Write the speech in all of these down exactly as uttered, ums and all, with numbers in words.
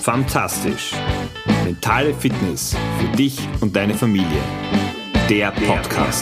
Fantastisch. Mentale Fitness für dich und deine Familie. Der Podcast.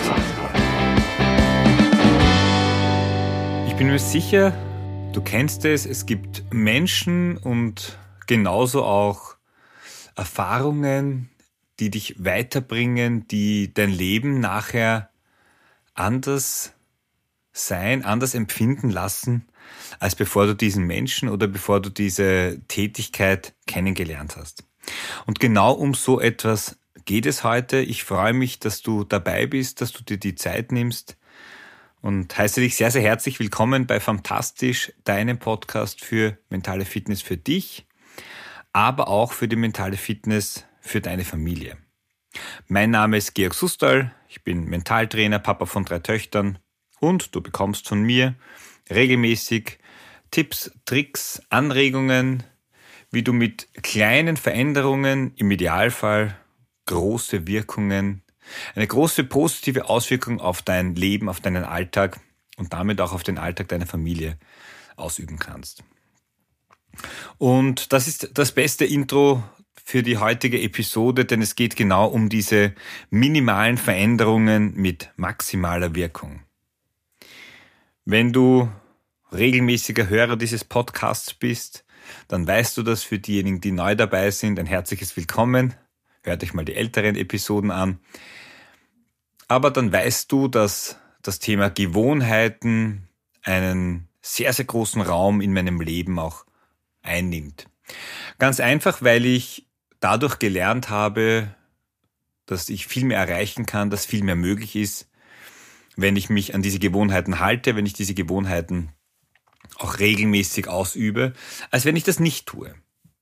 Ich bin mir sicher, du kennst es. Es gibt Menschen und genauso auch Erfahrungen, die dich weiterbringen, die dein Leben nachher anders sein, anders empfinden lassen, als bevor du diesen Menschen oder bevor du diese Tätigkeit kennengelernt hast. Und genau um so etwas geht es heute. Ich freue mich, dass du dabei bist, dass du dir die Zeit nimmst und heiße dich sehr, sehr herzlich willkommen bei Fantastisch, deinem Podcast für mentale Fitness für dich, aber auch für die mentale Fitness für deine Familie. Mein Name ist Georg Sustal, ich bin Mentaltrainer, Papa von drei Töchtern und du bekommst von mir regelmäßig Tipps, Tricks, Anregungen, wie du mit kleinen Veränderungen, im Idealfall große Wirkungen, eine große positive Auswirkung auf dein Leben, auf deinen Alltag und damit auch auf den Alltag deiner Familie ausüben kannst. Und das ist das beste Intro für die heutige Episode, denn es geht genau um diese minimalen Veränderungen mit maximaler Wirkung. Wenn du regelmäßiger Hörer dieses Podcasts bist, dann weißt du das. Für diejenigen, die neu dabei sind, ein herzliches Willkommen. Hört euch mal die älteren Episoden an. Aber dann weißt du, dass das Thema Gewohnheiten einen sehr, sehr großen Raum in meinem Leben auch einnimmt. Ganz einfach, weil ich dadurch gelernt habe, dass ich viel mehr erreichen kann, dass viel mehr möglich ist, wenn ich mich an diese Gewohnheiten halte, wenn ich diese Gewohnheiten auch regelmäßig ausübe, als wenn ich das nicht tue.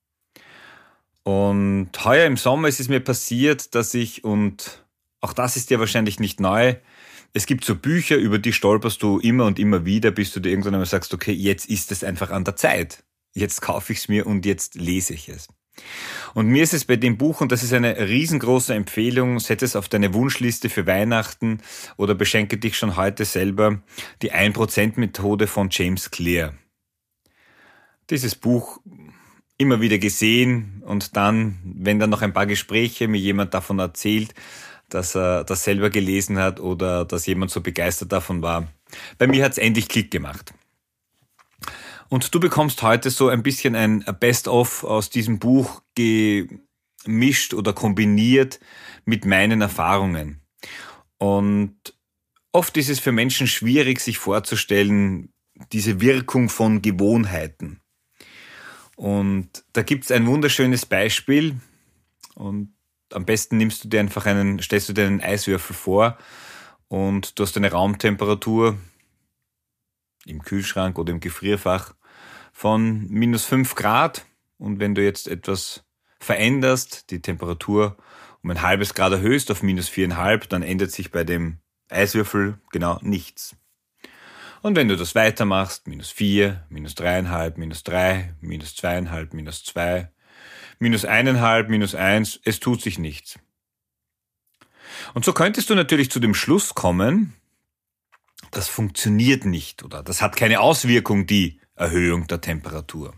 Und heuer im Sommer ist es mir passiert, dass ich, und auch das ist dir wahrscheinlich nicht neu, es gibt so Bücher, über die stolperst du immer und immer wieder, bis du dir irgendwann einmal sagst, okay, jetzt ist es einfach an der Zeit. Jetzt kaufe ich es mir und jetzt lese ich es. Und mir ist es bei dem Buch, und das ist eine riesengroße Empfehlung, setz es auf deine Wunschliste für Weihnachten oder beschenke dich schon heute selber, die ein Prozent Methode von James Clear. Dieses Buch immer wieder gesehen und dann, wenn dann noch ein paar Gespräche, mir jemand davon erzählt, dass er das selber gelesen hat oder dass jemand so begeistert davon war. Bei mir hat es endlich Klick gemacht. Und du bekommst heute so ein bisschen ein Best-of aus diesem Buch gemischt oder kombiniert mit meinen Erfahrungen. Und oft ist es für Menschen schwierig, sich vorzustellen, diese Wirkung von Gewohnheiten. Und da gibt es ein wunderschönes Beispiel. Und am besten nimmst du dir einfach einen, stellst du dir einen Eiswürfel vor und du hast eine Raumtemperatur im Kühlschrank oder im Gefrierfach von minus fünf Grad, und wenn du jetzt etwas veränderst, die Temperatur um ein halbes Grad erhöhst auf minus vier Komma fünf, dann ändert sich bei dem Eiswürfel genau nichts. Und wenn du das weitermachst, minus vier, minus drei Komma fünf, minus drei, minus zwei Komma fünf, minus zwei, minus eins Komma fünf, minus eins, es tut sich nichts. Und so könntest du natürlich zu dem Schluss kommen, das funktioniert nicht oder das hat keine Auswirkung, die Erhöhung der Temperatur.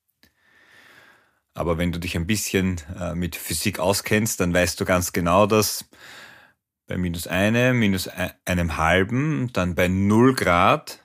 Aber wenn du dich ein bisschen äh, mit Physik auskennst, dann weißt du ganz genau, dass bei minus einem, minus einem halben, dann bei null Grad,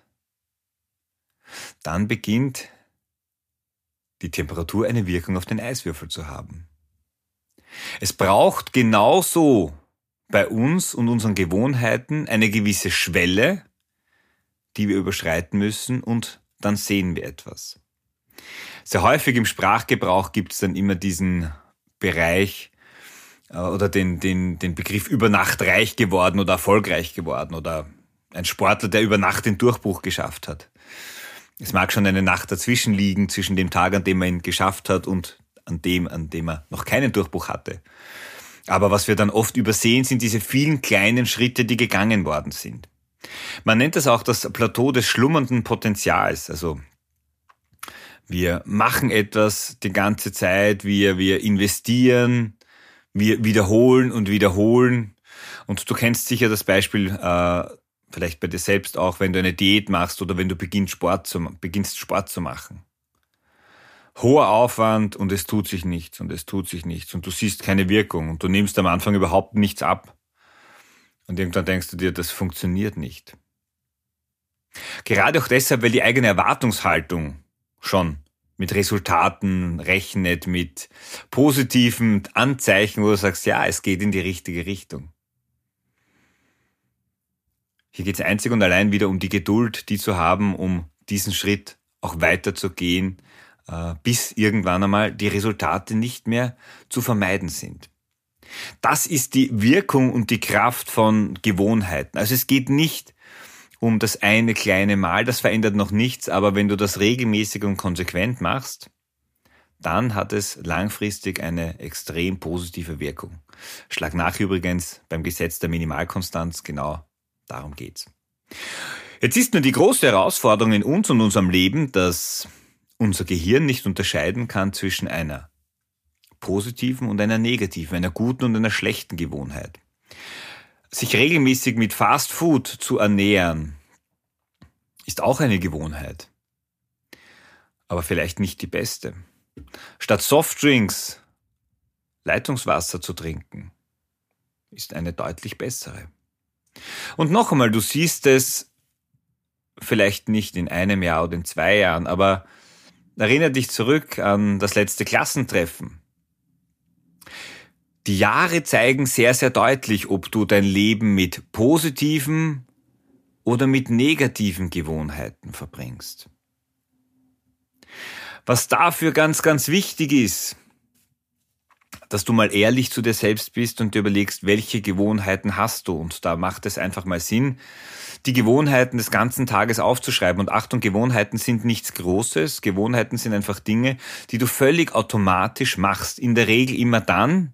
dann beginnt die Temperatur eine Wirkung auf den Eiswürfel zu haben. Es braucht genauso bei uns und unseren Gewohnheiten eine gewisse Schwelle, die wir überschreiten müssen, und dann sehen wir etwas. Sehr häufig im Sprachgebrauch gibt es dann immer diesen Bereich äh, oder den, den, den Begriff über Nacht reich geworden oder erfolgreich geworden oder ein Sportler, der über Nacht den Durchbruch geschafft hat. Es mag schon eine Nacht dazwischen liegen, zwischen dem Tag, an dem er ihn geschafft hat und an dem, an dem er noch keinen Durchbruch hatte. Aber was wir dann oft übersehen, sind diese vielen kleinen Schritte, die gegangen worden sind. Man nennt das auch das Plateau des schlummernden Potenzials. Also wir machen etwas die ganze Zeit, wir, wir investieren, wir wiederholen und wiederholen. Und du kennst sicher das Beispiel, äh, vielleicht bei dir selbst auch, wenn du eine Diät machst oder wenn du beginnst Sport zu, beginnst Sport zu machen. Hoher Aufwand und es tut sich nichts und es tut sich nichts und du siehst keine Wirkung und du nimmst am Anfang überhaupt nichts ab. Und irgendwann denkst du dir, das funktioniert nicht. Gerade auch deshalb, weil die eigene Erwartungshaltung schon mit Resultaten rechnet, mit positiven Anzeichen, wo du sagst, ja, es geht in die richtige Richtung. Hier geht es einzig und allein wieder um die Geduld, die zu haben, um diesen Schritt auch weiterzugehen, bis irgendwann einmal die Resultate nicht mehr zu vermeiden sind. Das ist die Wirkung und die Kraft von Gewohnheiten. Also es geht nicht um das eine kleine Mal, das verändert noch nichts, aber wenn du das regelmäßig und konsequent machst, dann hat es langfristig eine extrem positive Wirkung. Schlag nach übrigens beim Gesetz der Minimalkonstanz, genau darum geht's. Jetzt ist nur die große Herausforderung in uns und unserem Leben, dass unser Gehirn nicht unterscheiden kann zwischen einer positiven und einer negativen, einer guten und einer schlechten Gewohnheit. Sich regelmäßig mit Fast Food zu ernähren, ist auch eine Gewohnheit, aber vielleicht nicht die beste. Statt Softdrinks Leitungswasser zu trinken, ist eine deutlich bessere. Und noch einmal, du siehst es vielleicht nicht in einem Jahr oder in zwei Jahren, aber erinnere dich zurück an das letzte Klassentreffen. Die Jahre zeigen sehr, sehr deutlich, ob du dein Leben mit positiven oder mit negativen Gewohnheiten verbringst. Was dafür ganz, ganz wichtig ist, dass du mal ehrlich zu dir selbst bist und dir überlegst, welche Gewohnheiten hast du. Und da macht es einfach mal Sinn, die Gewohnheiten des ganzen Tages aufzuschreiben. Und Achtung, Gewohnheiten sind nichts Großes. Gewohnheiten sind einfach Dinge, die du völlig automatisch machst. In der Regel immer dann,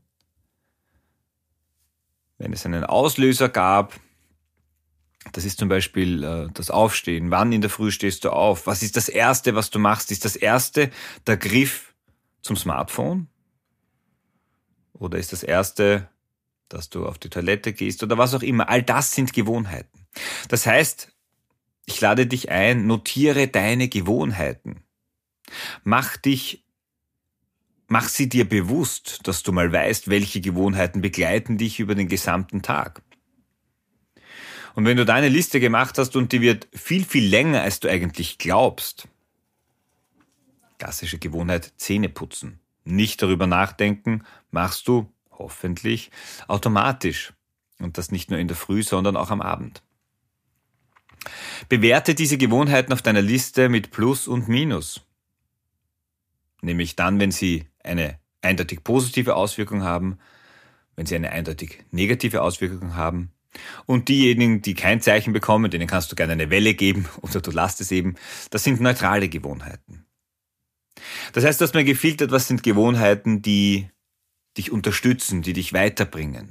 wenn es einen Auslöser gab. Das ist zum Beispiel äh, das Aufstehen. Wann in der Früh stehst du auf? Was ist das Erste, was du machst? Ist das Erste der Griff zum Smartphone? Oder ist das Erste, dass du auf die Toilette gehst oder was auch immer? All das sind Gewohnheiten. Das heißt, ich lade dich ein, notiere deine Gewohnheiten. Mach dich, mach sie dir bewusst, dass du mal weißt, welche Gewohnheiten begleiten dich über den gesamten Tag. Und wenn du da eine Liste gemacht hast und die wird viel, viel länger, als du eigentlich glaubst. Klassische Gewohnheit, Zähne putzen. Nicht darüber nachdenken, machst du hoffentlich automatisch. Und das nicht nur in der Früh, sondern auch am Abend. Bewerte diese Gewohnheiten auf deiner Liste mit Plus und Minus. Nämlich dann, wenn sie eine eindeutig positive Auswirkung haben, wenn sie eine eindeutig negative Auswirkung haben. Und diejenigen, die kein Zeichen bekommen, denen kannst du gerne eine Welle geben oder du lässt es eben. Das sind neutrale Gewohnheiten. Das heißt, du hast mir gefiltert, was sind Gewohnheiten, die dich unterstützen, die dich weiterbringen.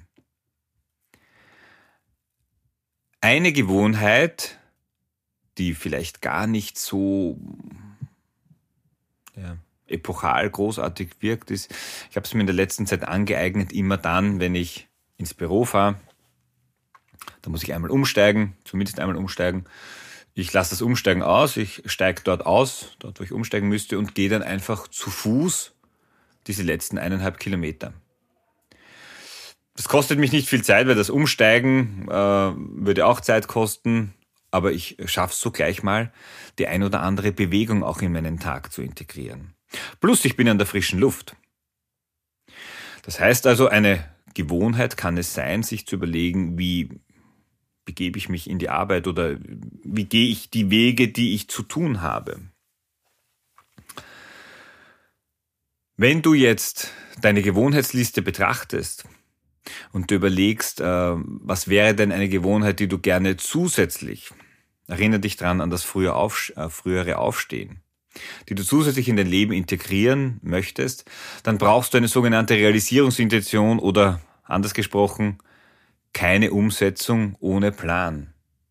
Eine Gewohnheit, die vielleicht gar nicht so ja, epochal großartig wirkt, ist, ich habe es mir in der letzten Zeit angeeignet, immer dann, wenn ich ins Büro fahre, da muss ich einmal umsteigen, zumindest einmal umsteigen. Ich lasse das Umsteigen aus, ich steige dort aus, dort wo ich umsteigen müsste und gehe dann einfach zu Fuß diese letzten eineinhalb Kilometer. Das kostet mich nicht viel Zeit, weil das Umsteigen äh, würde auch Zeit kosten, aber ich schaffe es so gleich mal, die ein oder andere Bewegung auch in meinen Tag zu integrieren. Plus ich bin an der frischen Luft. Das heißt also, eine Gewohnheit kann es sein, sich zu überlegen, wie begebe ich mich in die Arbeit oder wie gehe ich die Wege, die ich zu tun habe. Wenn du jetzt deine Gewohnheitsliste betrachtest und du überlegst, äh, was wäre denn eine Gewohnheit, die du gerne zusätzlich, erinnere dich dran an das frühe Auf, äh, frühere Aufstehen, die du zusätzlich in dein Leben integrieren möchtest, dann brauchst du eine sogenannte Realisierungsintention oder anders gesprochen, keine Umsetzung ohne Plan.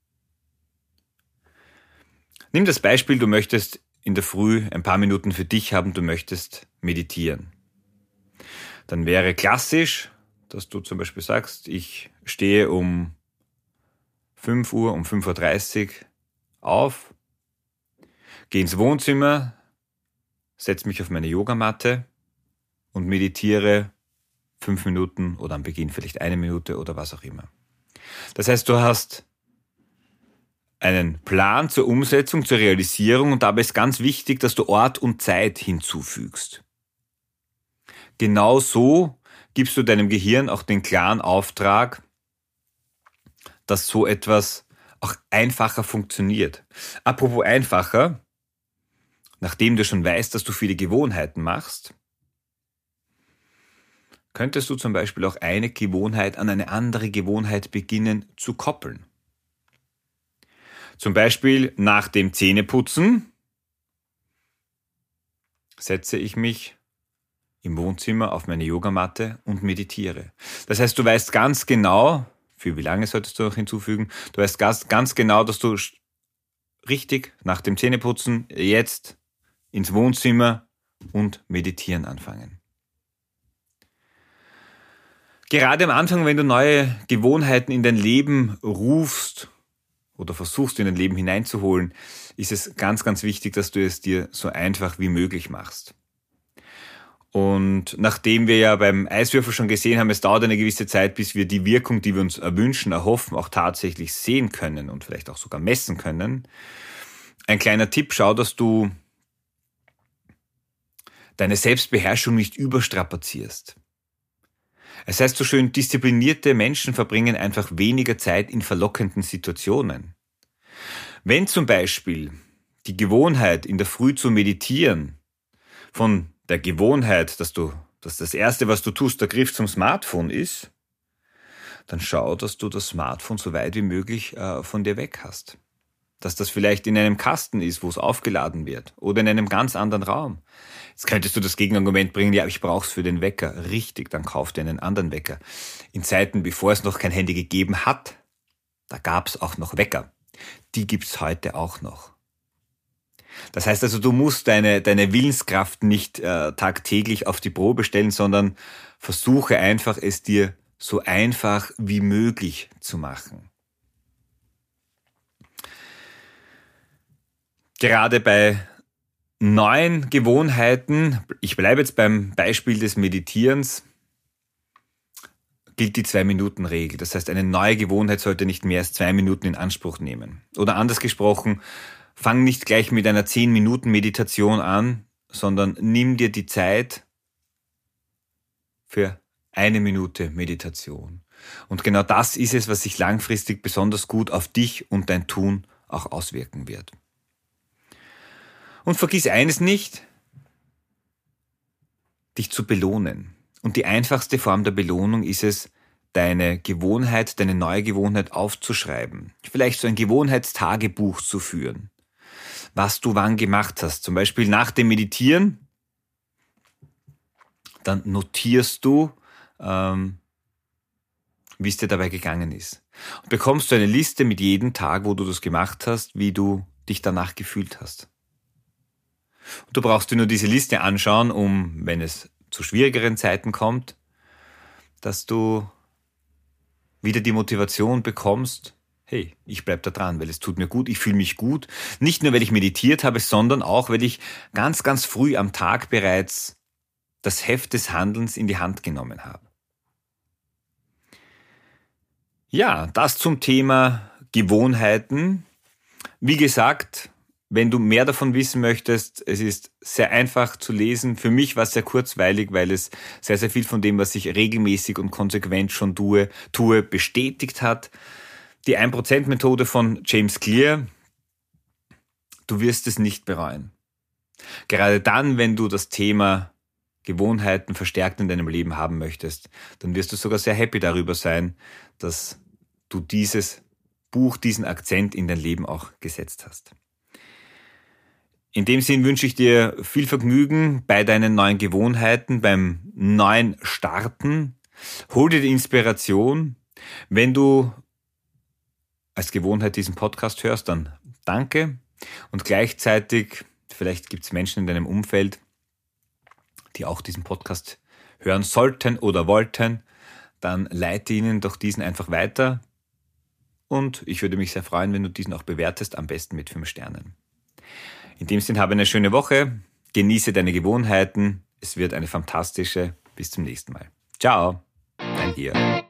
Nimm das Beispiel, du möchtest in der Früh ein paar Minuten für dich haben, du möchtest meditieren. Dann wäre klassisch, dass du zum Beispiel sagst, ich stehe um fünf Uhr, um fünf Uhr dreißig auf, gehe ins Wohnzimmer, setze mich auf meine Yogamatte und meditiere fünf Minuten oder am Beginn vielleicht eine Minute oder was auch immer. Das heißt, du hast einen Plan zur Umsetzung, zur Realisierung und dabei ist ganz wichtig, dass du Ort und Zeit hinzufügst. Genau so gibst du deinem Gehirn auch den klaren Auftrag, dass so etwas auch einfacher funktioniert. Apropos einfacher, nachdem du schon weißt, dass du viele Gewohnheiten machst, könntest du zum Beispiel auch eine Gewohnheit an eine andere Gewohnheit beginnen zu koppeln. Zum Beispiel nach dem Zähneputzen setze ich mich im Wohnzimmer auf meine Yogamatte und meditiere. Das heißt, du weißt ganz genau, für wie lange solltest du noch hinzufügen, du weißt ganz, ganz genau, dass du richtig nach dem Zähneputzen jetzt ins Wohnzimmer und meditieren anfangen. Gerade am Anfang, wenn du neue Gewohnheiten in dein Leben rufst oder versuchst in dein Leben hineinzuholen, ist es ganz, ganz wichtig, dass du es dir so einfach wie möglich machst. Und nachdem wir ja beim Eiswürfel schon gesehen haben, es dauert eine gewisse Zeit, bis wir die Wirkung, die wir uns erwünschen, erhoffen, auch tatsächlich sehen können und vielleicht auch sogar messen können. Ein kleiner Tipp, schau, dass du deine Selbstbeherrschung nicht überstrapazierst. Es heißt so schön, disziplinierte Menschen verbringen einfach weniger Zeit in verlockenden Situationen. Wenn zum Beispiel die Gewohnheit, in der Früh zu meditieren, von der Gewohnheit, dass du, dass das Erste, was du tust, der Griff zum Smartphone ist, dann schau, dass du das Smartphone so weit wie möglich äh, von dir weg hast. Dass das vielleicht in einem Kasten ist, wo es aufgeladen wird oder in einem ganz anderen Raum. Jetzt könntest du das Gegenargument bringen, ja, ich brauche es für den Wecker. Richtig, dann kauf dir einen anderen Wecker. In Zeiten, bevor es noch kein Handy gegeben hat, da gab es auch noch Wecker. Die gibt's heute auch noch. Das heißt also, du musst deine, deine Willenskraft nicht äh, tagtäglich auf die Probe stellen, sondern versuche einfach, es dir so einfach wie möglich zu machen. Gerade bei neuen Gewohnheiten, ich bleibe jetzt beim Beispiel des Meditierens, gilt die Zwei-Minuten-Regel. Das heißt, eine neue Gewohnheit sollte nicht mehr als zwei Minuten in Anspruch nehmen. Oder anders gesprochen, fang nicht gleich mit einer zehn Minuten Meditation an, sondern nimm dir die Zeit für eine Minute Meditation. Und genau das ist es, was sich langfristig besonders gut auf dich und dein Tun auch auswirken wird. Und vergiss eines nicht, dich zu belohnen. Und die einfachste Form der Belohnung ist es, deine Gewohnheit, deine neue Gewohnheit aufzuschreiben. Vielleicht so ein Gewohnheitstagebuch zu führen. Was du wann gemacht hast. Zum Beispiel nach dem Meditieren. Dann notierst du, ähm, wie es dir dabei gegangen ist. Und bekommst du eine Liste mit jedem Tag, wo du das gemacht hast, wie du dich danach gefühlt hast. Und du brauchst dir nur diese Liste anschauen, um, wenn es zu schwierigeren Zeiten kommt, dass du wieder die Motivation bekommst, hey, ich bleib da dran, weil es tut mir gut, ich fühle mich gut. Nicht nur, weil ich meditiert habe, sondern auch, weil ich ganz, ganz früh am Tag bereits das Heft des Handelns in die Hand genommen habe. Ja, das zum Thema Gewohnheiten. Wie gesagt, wenn du mehr davon wissen möchtest, es ist sehr einfach zu lesen. Für mich war es sehr kurzweilig, weil es sehr, sehr viel von dem, was ich regelmäßig und konsequent schon tue, tue bestätigt hat. Die ein Prozent Methode von James Clear, du wirst es nicht bereuen. Gerade dann, wenn du das Thema Gewohnheiten verstärkt in deinem Leben haben möchtest, dann wirst du sogar sehr happy darüber sein, dass du dieses Buch, diesen Akzent in dein Leben auch gesetzt hast. In dem Sinn wünsche ich dir viel Vergnügen bei deinen neuen Gewohnheiten, beim neuen Starten. Hol dir die Inspiration. Wenn du als Gewohnheit diesen Podcast hörst, dann danke. Und gleichzeitig, vielleicht gibt es Menschen in deinem Umfeld, die auch diesen Podcast hören sollten oder wollten, dann leite ihnen doch diesen einfach weiter. Und ich würde mich sehr freuen, wenn du diesen auch bewertest, am besten mit fünf Sternen. In dem Sinne, habe eine schöne Woche. Genieße deine Gewohnheiten. Es wird eine fantastische. Bis zum nächsten Mal. Ciao, dein Georg.